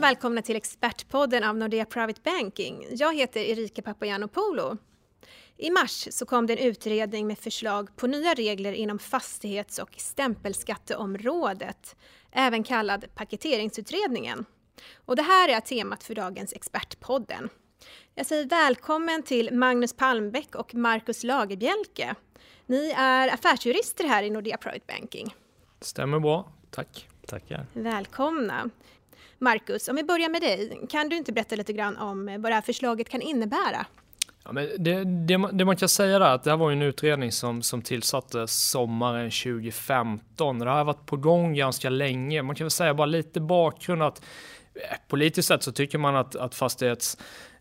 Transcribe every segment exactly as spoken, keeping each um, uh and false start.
välkomna till Expertpodden av Nordea Private Banking. Jag heter Erika Papagiannopoulou. I mars så kom det en utredning med förslag på nya regler inom fastighets- och stämpelskatteområdet, även kallad paketeringsutredningen. Och det här är temat för dagens Expertpodden. Jag säger välkommen till Magnus Palmbäck och Marcus Lagerbjälke. Ni är affärsjurister här i Nordea Private Banking. Stämmer bra, tack. Tackar. Välkomna. Marcus, om vi börjar med dig, kan du inte berätta lite grann om vad det här förslaget kan innebära? Ja, men det, det, det man kan säga är att det här var en utredning som, som tillsattes sommaren tjugo femton. Det har varit på gång ganska länge. Man kan väl säga bara lite bakgrund att eh, politiskt sett så tycker man att, att fastighets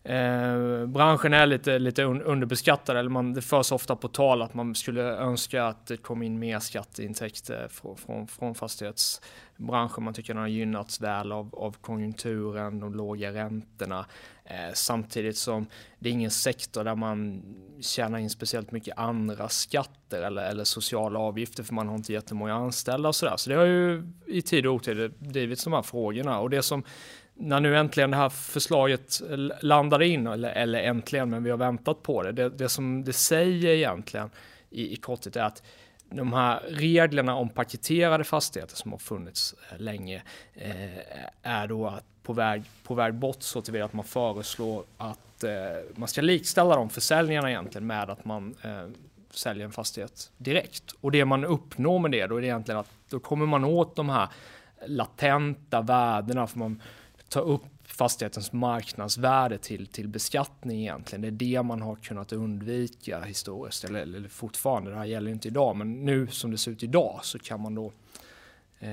Eh, branschen är lite, lite underbeskattad, eller man, det förs ofta på tal att man skulle önska att det kom in mer skatteintäkter från, från, från fastighetsbranschen. Man tycker att den har gynnats väl av, av konjunkturen, de låga räntorna, eh, samtidigt som det är ingen sektor där man tjänar in speciellt mycket andra skatter eller, eller sociala avgifter, för man har inte jättemånga anställda och sådär. Så det har ju i tid och otid drivits de här frågorna, och det som när nu äntligen det här förslaget landade in, eller, eller äntligen, men vi har väntat på det. Det, det som det säger egentligen i, i korthet är att de här reglerna om paketerade fastigheter som har funnits länge eh, är då att på, väg, på väg bort, så tillvida att man föreslår att eh, man ska likställa de försäljningarna egentligen med att man eh, säljer en fastighet direkt. Och det man uppnår med det då är det egentligen att då kommer man åt de här latenta värdena, för man ta upp fastighetens marknadsvärde till, till beskattning egentligen. Det är det man har kunnat undvika historiskt, eller, eller fortfarande, det här gäller inte idag, men nu som det ser ut idag så kan man då eh,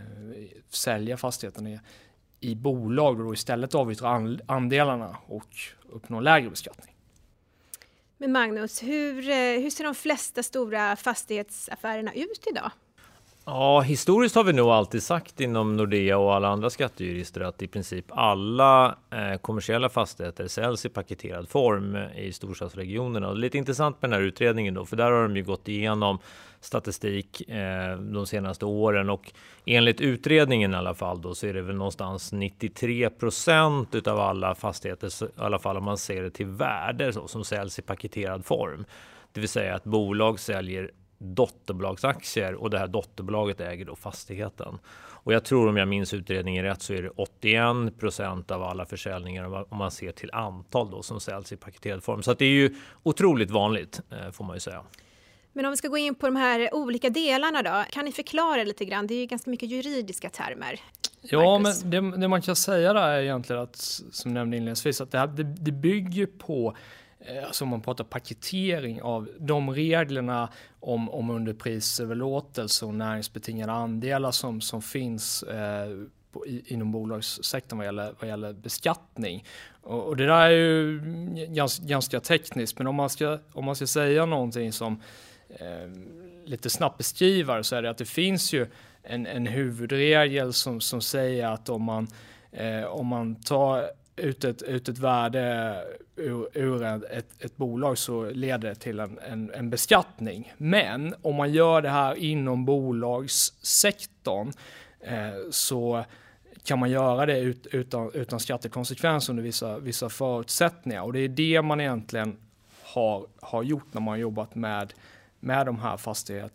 sälja fastigheten i, i bolag och då istället avyttra andelarna och uppnå lägre beskattning. Men Magnus, hur, hur ser de flesta stora fastighetsaffärerna ut idag? Ja, historiskt har vi nog alltid sagt inom Nordea och alla andra skattejurister att i princip alla eh, kommersiella fastigheter säljs i paketerad form i storstadsregionerna. Och lite intressant med den här utredningen då, för där har de ju gått igenom statistik eh, de senaste åren, och enligt utredningen i alla fall då, så är det väl någonstans nittiotre procent utav alla fastigheter, i alla fall om man ser det till värde, så, som säljs i paketerad form. Det vill säga att bolag säljer dotterbolagsaktier och det här dotterbolaget äger då fastigheten. Och jag tror, om jag minns utredningen rätt, så är det åttioen procent av alla försäljningar om man ser till antal då som säljs i paketerad form. Så att det är ju otroligt vanligt, får man ju säga. Men om vi ska gå in på de här olika delarna då, kan ni förklara lite grann? Det är ju ganska mycket juridiska termer. Ja, Marcus. Men det, det man kan säga där är egentligen att, som nämnde inledningsvis, att det, här, det, det bygger på, alltså om man pratar paketering, av de reglerna om, om underprisöverlåtelse och näringsbetingade andelar som, som finns eh, på, i, inom bolagssektorn vad gäller, vad gäller beskattning. Och, och det där är ju ganska, ganska tekniskt, men om man ska, om man ska säga någonting som eh, lite snabbt beskriver, så är det att det finns ju en, en huvudregel som, som säger att om man, eh, om man tar ut ett, ut ett värde ur, ur ett, ett bolag, så leder det till en, en, en beskattning. Men om man gör det här inom bolagssektorn eh, så kan man göra det ut, utan, utan skattekonsekvens under vissa, vissa förutsättningar. Och det är det man egentligen har, har gjort när man har jobbat med, med de här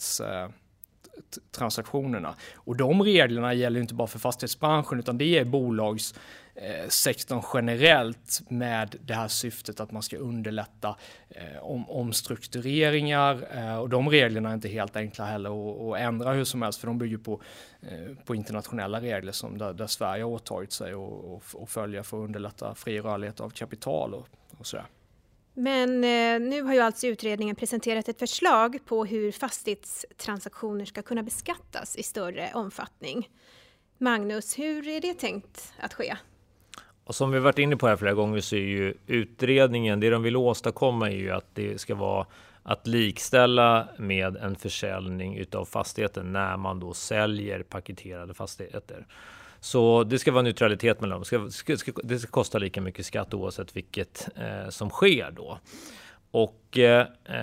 fastighetstransaktionerna. Och de reglerna gäller inte bara för fastighetsbranschen, utan det är bolagssektorn generellt, med det här syftet att man ska underlätta eh, om, omstruktureringar. Eh, och de reglerna är inte helt enkla heller att, att ändra hur som helst, för de bygger på, eh, på internationella regler som där, där Sverige har åtagit sig och, och, och följa för att underlätta fri rörlighet av kapital och, och sådär. Men eh, nu har ju alltså utredningen presenterat ett förslag på hur fastighetstransaktioner ska kunna beskattas i större omfattning. Magnus, hur är det tänkt att ske? Och som vi varit inne på här flera gånger, så är ju utredningen, det de vill åstadkomma är ju att det ska vara att likställa med en försäljning utav fastigheten när man då säljer paketerade fastigheter. Så det ska vara neutralitet mellan dem. Det ska, ska, ska, det ska kosta lika mycket skatt oavsett vilket eh, som sker då. Och eh,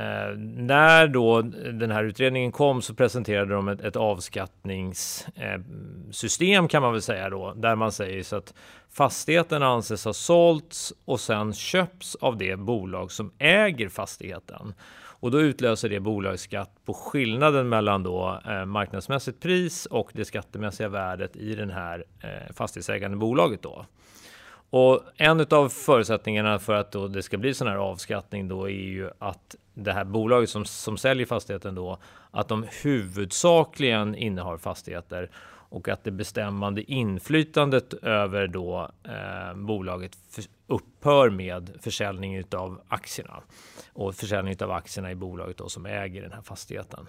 när då den här utredningen kom så presenterade de ett, ett avskattningssystem eh, kan man väl säga då, där man säger så att fastigheten anses ha sålts och sen köps av det bolag som äger fastigheten. Och då utlöser det bolagsskatt på skillnaden mellan då eh, marknadsmässigt pris och det skattemässiga värdet i den här eh, fastighetsägande bolaget då. Och en av förutsättningarna för att då det ska bli sån här avskattning då är ju att det här bolaget som, som säljer fastigheten då, att de huvudsakligen innehar fastigheter och att det bestämmande inflytandet över då eh, bolaget för, upphör med försäljning utav aktierna och försäljning utav aktierna i bolaget då som äger den här fastigheten.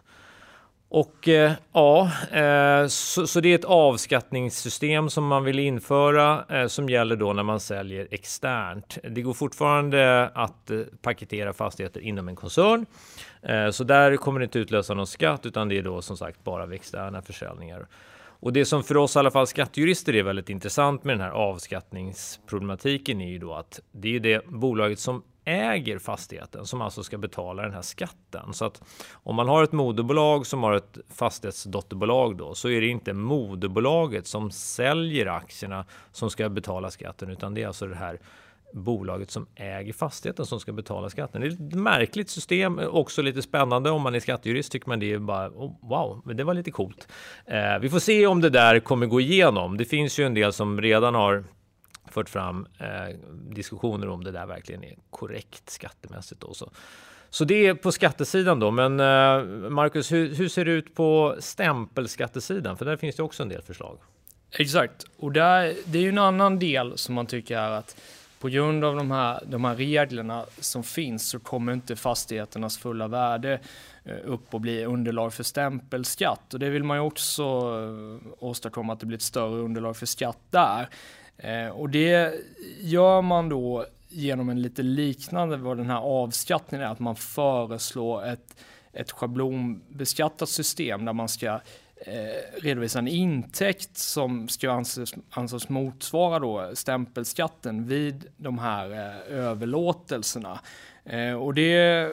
Och eh, ja, eh, så, så det är ett avskattningssystem som man vill införa eh, som gäller då när man säljer externt. Det går fortfarande att eh, paketera fastigheter inom en koncern. Eh, så där kommer det inte utlösa någon skatt, utan det är då som sagt bara vid externa försäljningar. Och det som för oss i alla fall skattejurister är väldigt intressant med den här avskattningsproblematiken är ju då att det är det bolaget som äger fastigheten som alltså ska betala den här skatten. Så att om man har ett moderbolag som har ett fastighetsdotterbolag då, så är det inte moderbolaget som säljer aktierna som ska betala skatten, utan det är alltså det här bolaget som äger fastigheten som ska betala skatten. Det är ett märkligt system, också lite spännande om man är skattejurist, tycker man det är bara oh, wow, men det var lite coolt. Eh, vi får se om det där kommer gå igenom. Det finns ju en del som redan har fört fram eh, diskussioner om det där verkligen är korrekt skattemässigt då. Så, så det är på skattesidan då. Men eh, Marcus, hur, hur ser det ut på stämpelskattesidan? För där finns det också en del förslag. Exakt, och där, det är ju en annan del som man tycker är att på grund av de här, de här reglerna som finns så kommer inte fastigheternas fulla värde upp och bli underlag för stämpelskatt. Och det vill man ju också åstadkomma, att det blir ett större underlag för skatt där. Och det gör man då genom en lite liknande vad den här avskattningen är, att man föreslår ett, ett schablonbeskattat system där man ska Eh, redovisa en intäkt som ska anses, anses motsvara då stämpelskatten vid de här eh, överlåtelserna. Eh, och det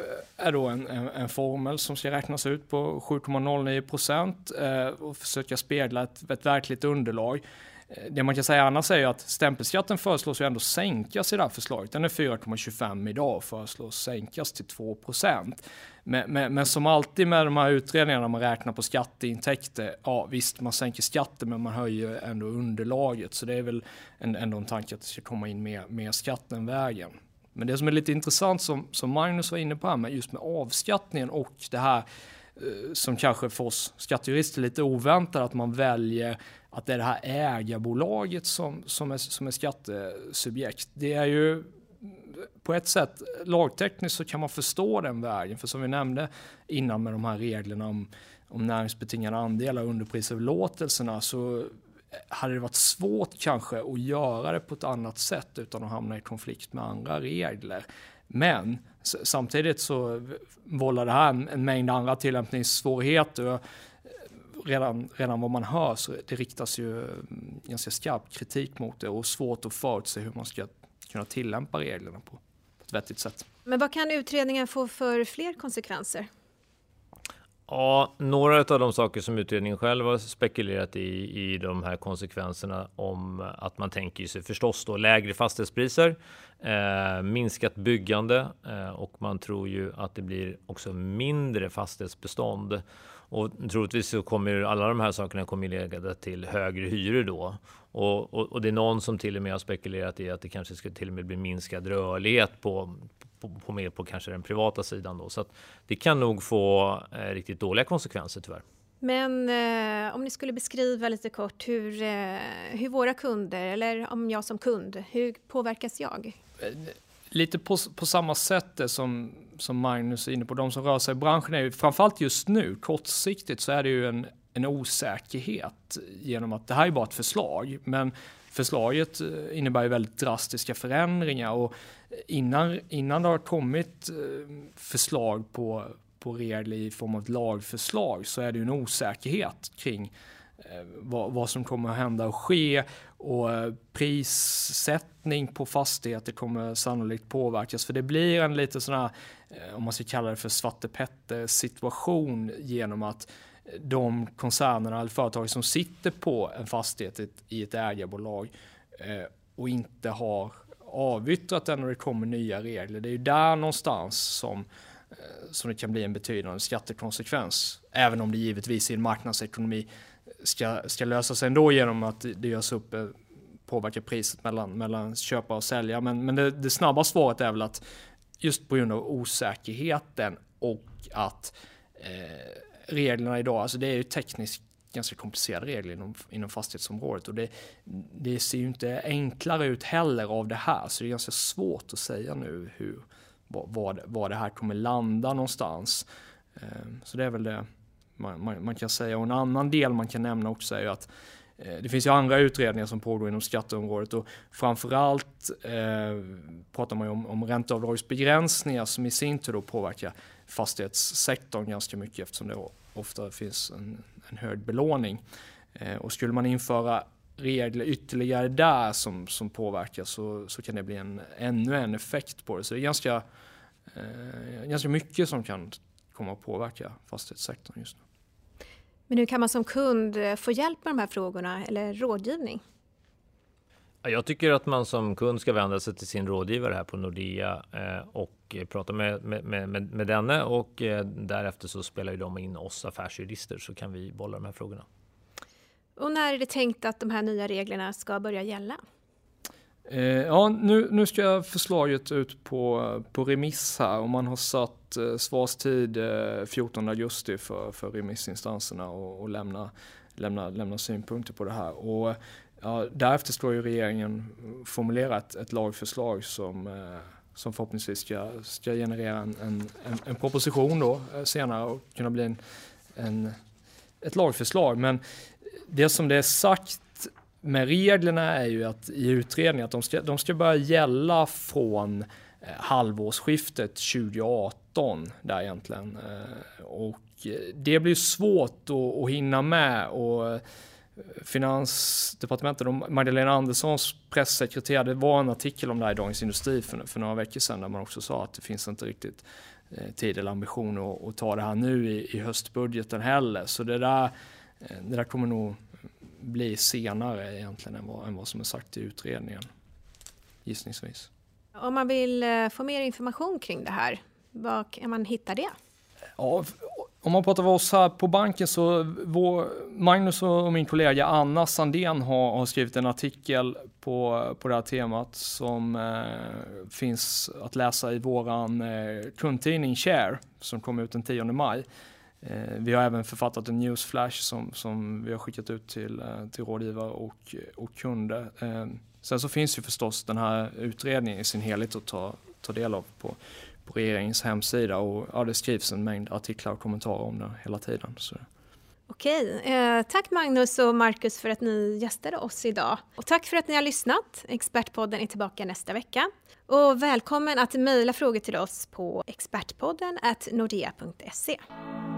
är då en, en, en formel som ska räknas ut på sju komma noll nio procent eh, och försöka spegla ett, ett verkligt underlag. Det man kan säga annars är ju att stämpelskatten föreslås ju ändå sänkas i det här förslaget. Den är fyra komma tjugofem idag och föreslås sänkas till två procent. Men, men, men som alltid med de här utredningarna man räknar på skatteintäkter, ja visst man sänker skatten men man höjer ändå underlaget. Så det är väl en, ändå en tanke att det ska komma in mer, mer skatten vägen. Men det som är lite intressant som, som Magnus var inne på här med just med avskattningen och det här som kanske för oss skattejurister är lite oväntat, att man väljer att det är det här ägarbolaget som, som, är, som är skattesubjekt. Det är ju på ett sätt lagtekniskt så kan man förstå den vägen, för som vi nämnde innan med de här reglerna om, om näringsbetingade andelar och underprisöverlåtelserna, så hade det varit svårt kanske att göra det på ett annat sätt utan att hamna i konflikt med andra regler. Men samtidigt så vållar det här en, en mängd andra tillämpningssvårigheter. Redan, redan vad man hör så det riktas ju ganska skarp kritik mot det och svårt att förutse hur man ska kunna tillämpa reglerna på ett vettigt sätt. Men vad kan utredningen få för fler konsekvenser? Ja, några av de saker som utredningen själv har spekulerat i i de här konsekvenserna om att man tänker sig förstås då lägre fastighetspriser, eh, minskat byggande eh, och man tror ju att det blir också mindre fastighetsbestånd. Och troligtvis så kommer alla de här sakerna kommer leda till högre hyror då. Och, och, och det är någon som till och med har spekulerat i att det kanske skulle till och med bli minskad rörlighet på, på, på mer på kanske den privata sidan då. Så att det kan nog få eh, riktigt dåliga konsekvenser tyvärr. Men eh, om ni skulle beskriva lite kort hur, eh, hur våra kunder, eller om jag som kund, hur påverkas jag? Lite på, på samma sätt som, som Magnus är inne på, de som rör sig i branschen är ju framförallt just nu, kortsiktigt så är det ju en, en osäkerhet genom att det här är bara ett förslag, men förslaget innebär ju väldigt drastiska förändringar och innan, innan det har kommit förslag på, på regler i form av ett lagförslag så är det ju en osäkerhet kring vad, vad som kommer att hända och ske, och prissättning på fastigheter kommer sannolikt påverkas, för det blir en lite sån här, om man ska kalla det för Svarte Petter situation, genom att de koncernerna eller företag som sitter på en fastighet i ett ägarbolag eh, och inte har avyttrat den när det kommer nya regler. Det är ju där någonstans som, eh, som det kan bli en betydande skattekonsekvens. Även om det givetvis i en marknadsekonomi ska, ska lösa sig ändå genom att det görs upp, eh, påverkar priset mellan, mellan köpare och säljare. Men, men det, det snabba svaret är väl att just på grund av osäkerheten och att eh, reglerna idag, alltså det är ju tekniskt ganska komplicerade regler inom, inom fastighetsområdet, och det, det ser ju inte enklare ut heller av det här, så det är ganska svårt att säga nu hur, vad, vad det här kommer landa någonstans. Så det är väl det man, man, man kan säga. Och en annan del man kan nämna också är ju att det finns ju andra utredningar som pågår inom skatteområdet, och framförallt eh, pratar man ju om, om ränteavdragsbegränsningar som i sin tur då påverkar fastighetssektorn ganska mycket, eftersom det ofta finns en, en hög belåning. Eh, och skulle man införa regler ytterligare där som, som påverkar, så, så kan det bli en, ännu en effekt på det. Så det är ganska, eh, ganska mycket som kan komma att påverka fastighetssektorn just nu. Men hur kan man som kund få hjälp med de här frågorna eller rådgivning? Jag tycker att man som kund ska vända sig till sin rådgivare här på Nordea och prata med, med, med, med denne, och därefter så spelar ju de in oss affärsjurister, så kan vi bolla de här frågorna. Och när är det tänkt att de här nya reglerna ska börja gälla? Eh, ja, nu, nu ska förslaget ut på, på remiss här, och man har satt eh, svarstid eh, fjortonde augusti för, för remissinstanserna och, och lämna, lämna, lämna synpunkter på det här. Och ja, därefter ska ju regeringen formulera ett, ett lagförslag som, eh, som förhoppningsvis ska, ska generera en, en, en proposition då, eh, senare och kunna bli en, en, ett lagförslag. Men det som det är sagt med reglerna är ju att i utredningen att de ska, de ska börja gälla från eh, halvårsskiftet tjugo arton där egentligen. Eh, och det blir svårt att, att hinna med, och Finansdepartementet och Magdalena Anderssons pressekreterare, det var en artikel om det här i Dagens Industri för, för några veckor sedan, där man också sa att det finns inte riktigt eh, tid eller ambition att, att ta det här nu i, i höstbudgeten heller. Så det där, eh, det där kommer nog bli senare egentligen än vad, än vad som är sagt i utredningen, gissningsvis. Om man vill få mer information kring det här, var kan man hitta det? Ja, om man pratar med oss här på banken, så vår, Magnus och min kollega Anna Sandén har, har skrivit en artikel på, på det här temat som eh, finns att läsa i våran eh, kundtidning Share som kom ut den tionde maj. Eh, vi har även författat en newsflash som, som vi har skickat ut till, eh, till rådgivare och, och kunder. Eh, sen så finns ju förstås den här utredningen i sin helhet att ta, ta del av på på regeringens hemsida, och ja, det skrivs en mängd artiklar och kommentarer om det hela tiden. Så. Okej, eh, tack Magnus och Marcus för att ni gästade oss idag. Och tack för att ni har lyssnat. Expertpodden är tillbaka nästa vecka. Och välkommen att mejla frågor till oss på expertpodden at nordea punkt se.